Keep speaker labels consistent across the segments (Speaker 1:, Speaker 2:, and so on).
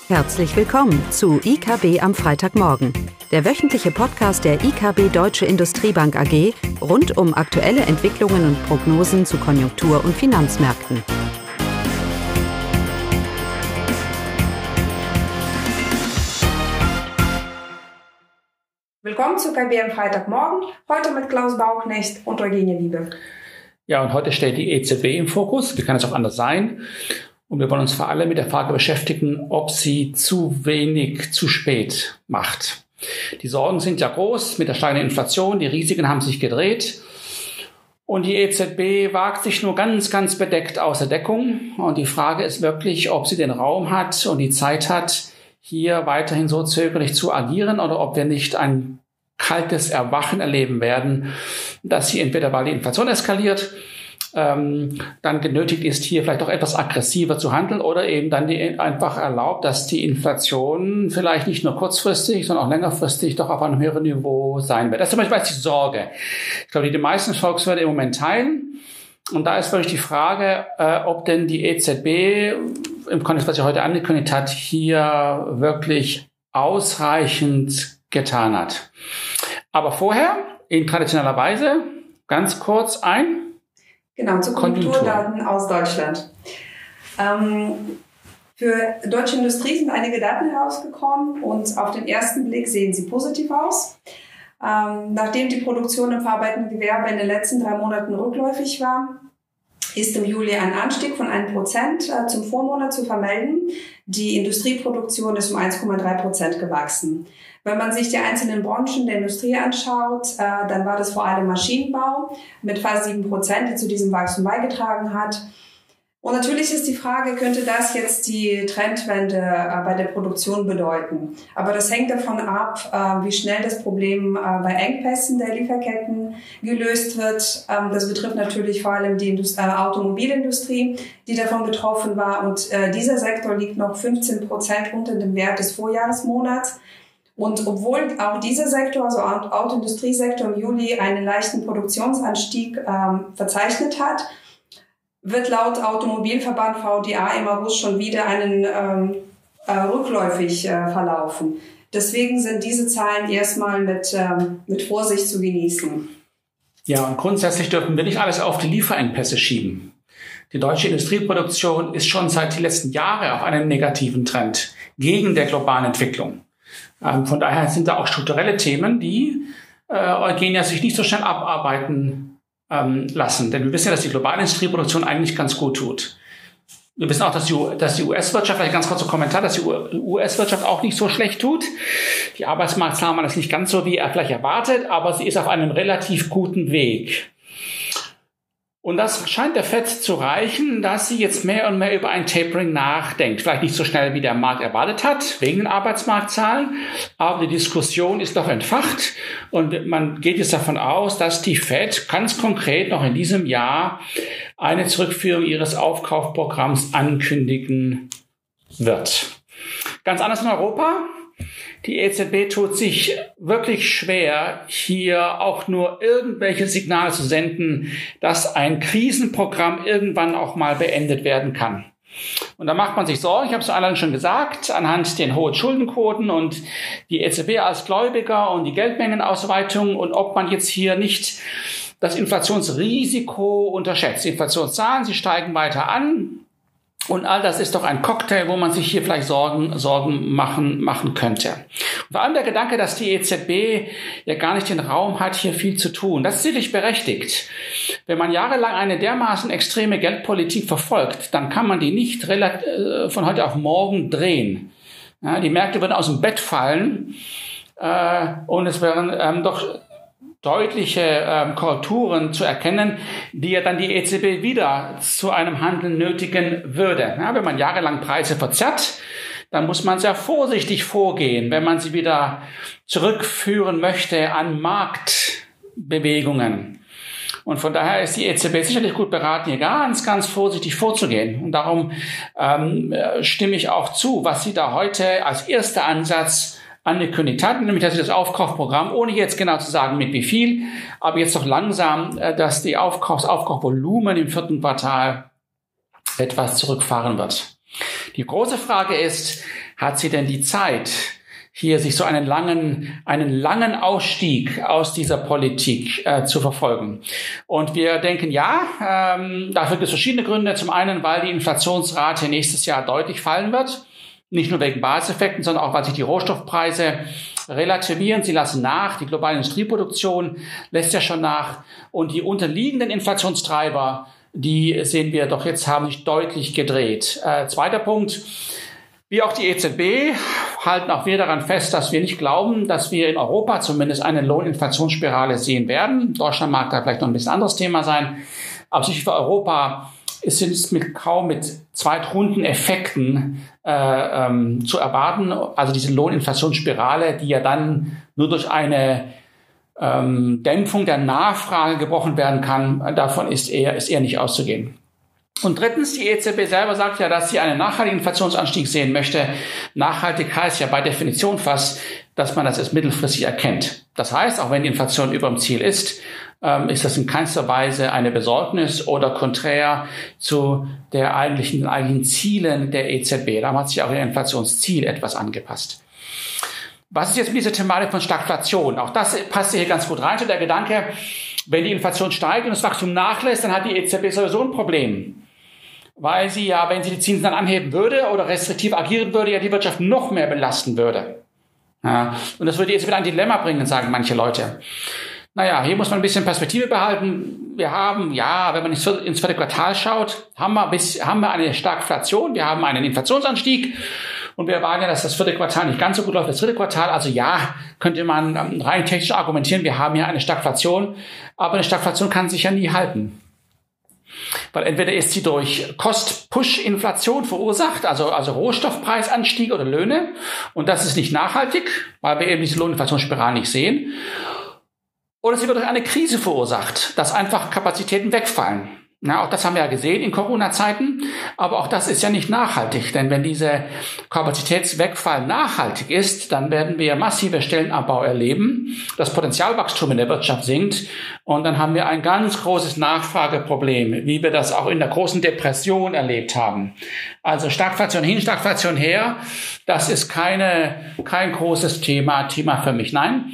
Speaker 1: Herzlich willkommen zu IKB am Freitagmorgen, der wöchentliche Podcast der IKB Deutsche Industriebank AG rund um aktuelle Entwicklungen und Prognosen zu Konjunktur- und Finanzmärkten.
Speaker 2: Willkommen zu IKB am Freitagmorgen, heute mit Klaus Bauknecht und Eugenie Wiebe.
Speaker 3: Ja, und heute steht die EZB im Fokus. Wie kann es auch anders sein? Und wir wollen uns vor allem mit der Frage beschäftigen, ob sie zu wenig, zu spät macht. Die Sorgen sind ja groß mit der steigenden Inflation. Die Risiken haben sich gedreht. Und die EZB wagt sich nur ganz, ganz bedeckt aus der Deckung. Und die Frage ist wirklich, ob sie den Raum hat und die Zeit hat, hier weiterhin so zögerlich zu agieren oder ob wir nicht ein kaltes Erwachen erleben werden, dass sie entweder, weil die Inflation eskaliert, dann genötigt ist, hier vielleicht auch etwas aggressiver zu handeln oder eben dann einfach erlaubt, dass die Inflation vielleicht nicht nur kurzfristig, sondern auch längerfristig doch auf einem höheren Niveau sein wird. Das ist zum Beispiel die Sorge. Ich glaube, die meisten Volkswirte im Moment teilen. Und da ist wirklich die Frage, ob denn die EZB im Kontext, was sie heute angekündigt hat, hier wirklich ausreichend getan hat. Aber vorher, in traditioneller Weise, ganz kurz
Speaker 2: Genau, zu Konjunkturdaten aus Deutschland. Für deutsche Industrie sind einige Daten herausgekommen und auf den ersten Blick sehen sie positiv aus. Nachdem die Produktion im verarbeitenden Gewerbe in den letzten 3 Monaten rückläufig war, ist im Juli ein Anstieg von 1% zum Vormonat zu vermelden. Die Industrieproduktion ist um 1,3% gewachsen. Wenn man sich die einzelnen Branchen der Industrie anschaut, dann war das vor allem Maschinenbau mit fast 7%, die zu diesem Wachstum beigetragen hat. Und natürlich ist die Frage, könnte das jetzt die Trendwende bei der Produktion bedeuten? Aber das hängt davon ab, wie schnell das Problem bei Engpässen der Lieferketten gelöst wird. Das betrifft natürlich vor allem die Automobilindustrie, die davon betroffen war. Und dieser Sektor liegt noch 15% unter dem Wert des Vorjahresmonats. Und obwohl auch dieser Sektor, also Autoindustriesektor im Juli einen leichten Produktionsanstieg verzeichnet hat, wird laut Automobilverband VDA im August schon wieder einen rückläufig verlaufen. Deswegen sind diese Zahlen erstmal mit Vorsicht zu genießen.
Speaker 3: Ja, und grundsätzlich dürfen wir nicht alles auf die Lieferengpässe schieben. Die deutsche Industrieproduktion ist schon seit den letzten Jahren auf einem negativen Trend gegen der globalen Entwicklung. Von daher sind da auch strukturelle Themen, die Eugenia sich nicht so schnell abarbeiten lassen. Denn wir wissen ja, dass die globale Industrieproduktion eigentlich ganz gut tut. Wir wissen auch, dass die US-Wirtschaft, vielleicht ganz kurzer Kommentar, dass die US-Wirtschaft auch nicht so schlecht tut. Die Arbeitsmarktzahlen waren das nicht ganz so, wie er vielleicht erwartet, aber sie ist auf einem relativ guten Weg. Und das scheint der FED zu reichen, dass sie jetzt mehr und mehr über ein Tapering nachdenkt. Vielleicht nicht so schnell, wie der Markt erwartet hat, wegen den Arbeitsmarktzahlen. Aber die Diskussion ist doch entfacht. Und man geht jetzt davon aus, dass die FED ganz konkret noch in diesem Jahr eine Zurückführung ihres Aufkaufprogramms ankündigen wird. Ganz anders in Europa. Die EZB tut sich wirklich schwer, hier auch nur irgendwelche Signale zu senden, dass ein Krisenprogramm irgendwann auch mal beendet werden kann. Und da macht man sich Sorgen, ich habe es allen schon gesagt, anhand den hohen Schuldenquoten und die EZB als Gläubiger und die Geldmengenausweitung und ob man jetzt hier nicht das Inflationsrisiko unterschätzt. Die Inflationszahlen, sie steigen weiter an. Und all das ist doch ein Cocktail, wo man sich hier vielleicht Sorgen machen könnte. Und vor allem der Gedanke, dass die EZB ja gar nicht den Raum hat, hier viel zu tun. Das ist sicherlich berechtigt. Wenn man jahrelang eine dermaßen extreme Geldpolitik verfolgt, dann kann man die nicht von heute auf morgen drehen. Ja, die Märkte würden aus dem Bett fallen und es wären doch deutliche Korrekturen zu erkennen, die ja dann die EZB wieder zu einem Handeln nötigen würde. Ja, wenn man jahrelang Preise verzerrt, dann muss man sehr vorsichtig vorgehen, wenn man sie wieder zurückführen möchte an Marktbewegungen. Und von daher ist die EZB sicherlich gut beraten, hier ganz, ganz vorsichtig vorzugehen. Und darum stimme ich auch zu, was sie da heute als erster Ansatz angekündigt hat, nämlich dass sie das Aufkaufprogramm, ohne jetzt genau zu sagen mit wie viel, aber jetzt doch langsam, dass die Aufkaufvolumen im 4. Quartal etwas zurückfahren wird. Die große Frage ist, hat sie denn die Zeit, hier sich so einen langen Ausstieg aus dieser Politik zu verfolgen? Und wir denken, ja, dafür gibt es verschiedene Gründe. Zum einen, weil die Inflationsrate nächstes Jahr deutlich fallen wird. Nicht nur wegen Basiseffekten, sondern auch, weil sich die Rohstoffpreise relativieren. Sie lassen nach. Die globale Industrieproduktion lässt ja schon nach. Und die unterliegenden Inflationstreiber, die sehen wir doch jetzt, haben sich deutlich gedreht. Zweiter Punkt. Wie auch die EZB halten auch wir daran fest, dass wir nicht glauben, dass wir in Europa zumindest eine Lohninflationsspirale sehen werden. Deutschland mag da vielleicht noch ein bisschen anderes Thema sein. Aber sicher für Europa sind es kaum mit Zweitrundeneffekten zu erwarten. Also diese Lohninflationsspirale, die ja dann nur durch eine Dämpfung der Nachfrage gebrochen werden kann, davon ist eher nicht auszugehen. Und drittens, die EZB selber sagt ja, dass sie einen nachhaltigen Inflationsanstieg sehen möchte. Nachhaltig heißt ja bei Definition fast, dass man das erst mittelfristig erkennt. Das heißt, auch wenn die Inflation über dem Ziel ist das in keinster Weise eine Besorgnis oder konträr zu den eigentlichen Zielen der EZB. Da hat sich auch ihr Inflationsziel etwas angepasst. Was ist jetzt mit dieser Thematik von Stagflation? Auch das passt hier ganz gut rein zu der Gedanke, wenn die Inflation steigt und das Wachstum nachlässt, dann hat die EZB sowieso ein Problem. Weil sie ja, wenn sie die Zinsen dann anheben würde oder restriktiv agieren würde, ja die Wirtschaft noch mehr belasten würde. Ja, und das würde jetzt wieder ein Dilemma bringen, sagen manche Leute. Naja, hier muss man ein bisschen Perspektive behalten. Wir haben, ja, wenn man ins vierte Quartal schaut, haben wir eine Stagflation, wir haben einen Inflationsanstieg und wir erwarten ja, dass das vierte Quartal nicht ganz so gut läuft wie das dritte Quartal. Also ja, könnte man rein technisch argumentieren, wir haben hier eine Stagflation, aber eine Stagflation kann sich ja nie halten. Weil entweder ist sie durch Cost-Push-Inflation verursacht, also Rohstoffpreisanstieg oder Löhne, und das ist nicht nachhaltig, weil wir eben diese Lohninflationsspirale nicht sehen. Oder sie wird durch eine Krise verursacht, dass einfach Kapazitäten wegfallen. Ja, auch das haben wir ja gesehen in Corona-Zeiten, aber auch das ist ja nicht nachhaltig, denn wenn diese Kapazitätswegfall nachhaltig ist, dann werden wir massive Stellenabbau erleben, das Potenzialwachstum in der Wirtschaft sinkt und dann haben wir ein ganz großes Nachfrageproblem, wie wir das auch in der großen Depression erlebt haben. Also Stagflation hin, Stagflation her, das ist kein großes Thema für mich, nein.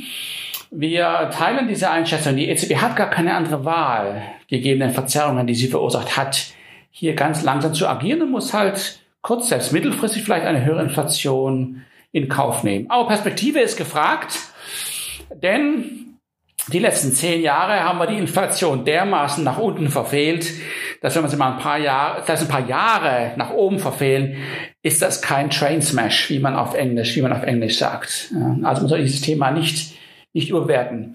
Speaker 3: Wir teilen diese Einschätzung. Die EZB hat gar keine andere Wahl, gegeben den Verzerrungen, die sie verursacht hat, hier ganz langsam zu agieren und muss halt kurz, selbst mittelfristig vielleicht eine höhere Inflation in Kauf nehmen. Aber Perspektive ist gefragt, denn die letzten 10 Jahre haben wir die Inflation dermaßen nach unten verfehlt, dass wenn wir sie mal ein paar Jahre nach oben verfehlen, ist das kein Train Smash, wie man auf Englisch sagt. Also man soll dieses Thema nicht überwerten.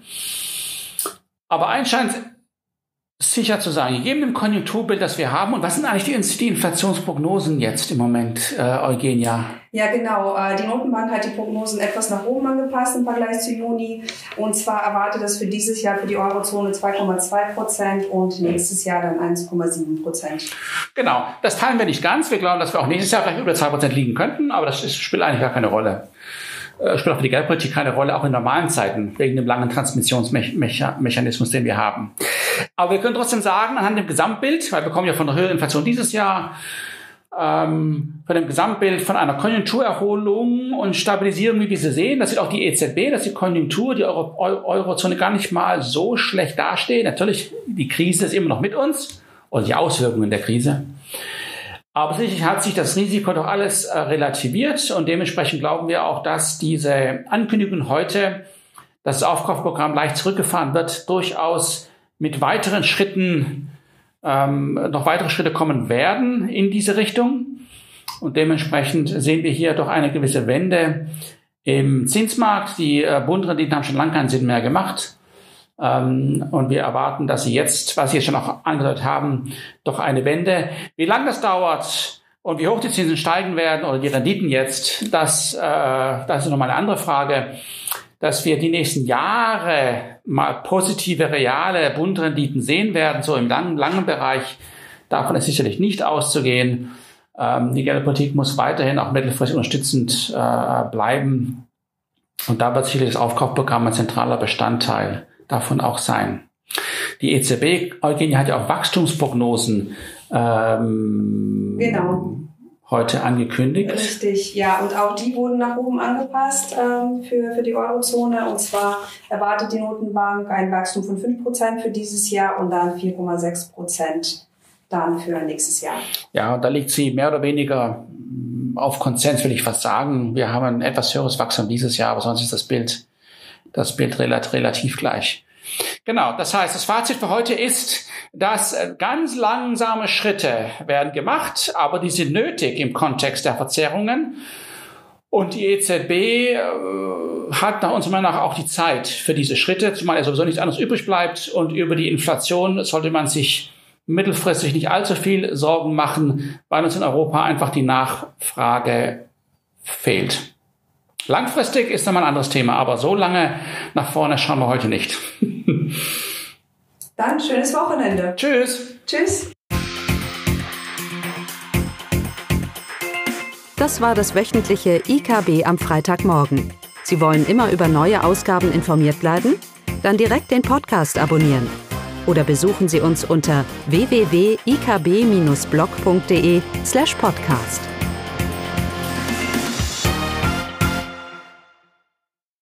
Speaker 3: Aber eins scheint sicher zu sein, gegeben dem Konjunkturbild, das wir haben. Und was sind eigentlich die Inflationsprognosen jetzt im Moment, Eugenia?
Speaker 2: Ja, genau. Die Notenbank hat die Prognosen etwas nach oben angepasst im Vergleich zu Juni. Und zwar erwartet es für dieses Jahr für die Eurozone 2,2% und nächstes Jahr dann 1,7%.
Speaker 3: Genau. Das teilen wir nicht ganz. Wir glauben, dass wir auch nächstes Jahr vielleicht über 2% liegen könnten, aber das spielt eigentlich gar keine Rolle. Spielt auch für die Geldpolitik keine Rolle, auch in normalen Zeiten, wegen dem langen Transmissionsmechanismus, den wir haben. Aber wir können trotzdem sagen, anhand dem Gesamtbild, weil wir kommen ja von einer höheren Inflation dieses Jahr, von dem Gesamtbild von einer Konjunkturerholung und Stabilisierung, wie wir sie sehen, das sieht auch die EZB, dass die Konjunktur, die Eurozone gar nicht mal so schlecht dasteht. Natürlich, die Krise ist immer noch mit uns und die Auswirkungen der Krise. Aber sicherlich hat sich das Risiko doch alles relativiert und dementsprechend glauben wir auch, dass diese Ankündigung heute, dass das Aufkaufprogramm leicht zurückgefahren wird, durchaus mit weiteren Schritten noch weitere Schritte kommen werden in diese Richtung. Und dementsprechend sehen wir hier doch eine gewisse Wende im Zinsmarkt. Die Bundrenditen haben schon lange keinen Sinn mehr gemacht. Und wir erwarten, dass sie jetzt, was Sie jetzt schon auch angedeutet haben, doch eine Wende. Wie lange das dauert und wie hoch die Zinsen steigen werden oder die Renditen jetzt, das ist nochmal eine andere Frage. Dass wir die nächsten Jahre mal positive, reale Bundrenditen sehen werden, so im langen Bereich, davon ist sicherlich nicht auszugehen. Die Geldpolitik muss weiterhin auch mittelfristig unterstützend bleiben. Und da wird sicherlich das Aufkaufprogramm ein zentraler Bestandteil davon auch sein. Die EZB, Eugenia, hat ja auch Wachstumsprognosen heute angekündigt.
Speaker 2: Richtig, ja. Und auch die wurden nach oben angepasst für die Eurozone. Und zwar erwartet die Notenbank ein Wachstum von 5% für dieses Jahr und dann 4,6% dann für nächstes Jahr.
Speaker 3: Ja, da liegt sie mehr oder weniger auf Konsens, will ich fast sagen. Wir haben ein etwas höheres Wachstum dieses Jahr, aber sonst ist das Bild relativ gleich. Genau, das heißt, das Fazit für heute ist, dass ganz langsame Schritte werden gemacht, aber die sind nötig im Kontext der Verzerrungen. Und die EZB hat nach unserer Meinung nach auch die Zeit für diese Schritte, zumal sowieso nichts anderes übrig bleibt. Und über die Inflation sollte man sich mittelfristig nicht allzu viel Sorgen machen, weil uns in Europa einfach die Nachfrage fehlt. Langfristig ist nochmal ein anderes Thema, aber so lange nach vorne schauen wir heute nicht.
Speaker 2: Dann schönes Wochenende.
Speaker 3: Tschüss.
Speaker 2: Tschüss.
Speaker 1: Das war das wöchentliche IKB am Freitagmorgen. Sie wollen immer über neue Ausgaben informiert bleiben? Dann direkt den Podcast abonnieren. Oder besuchen Sie uns unter www.ikb-blog.de/podcast.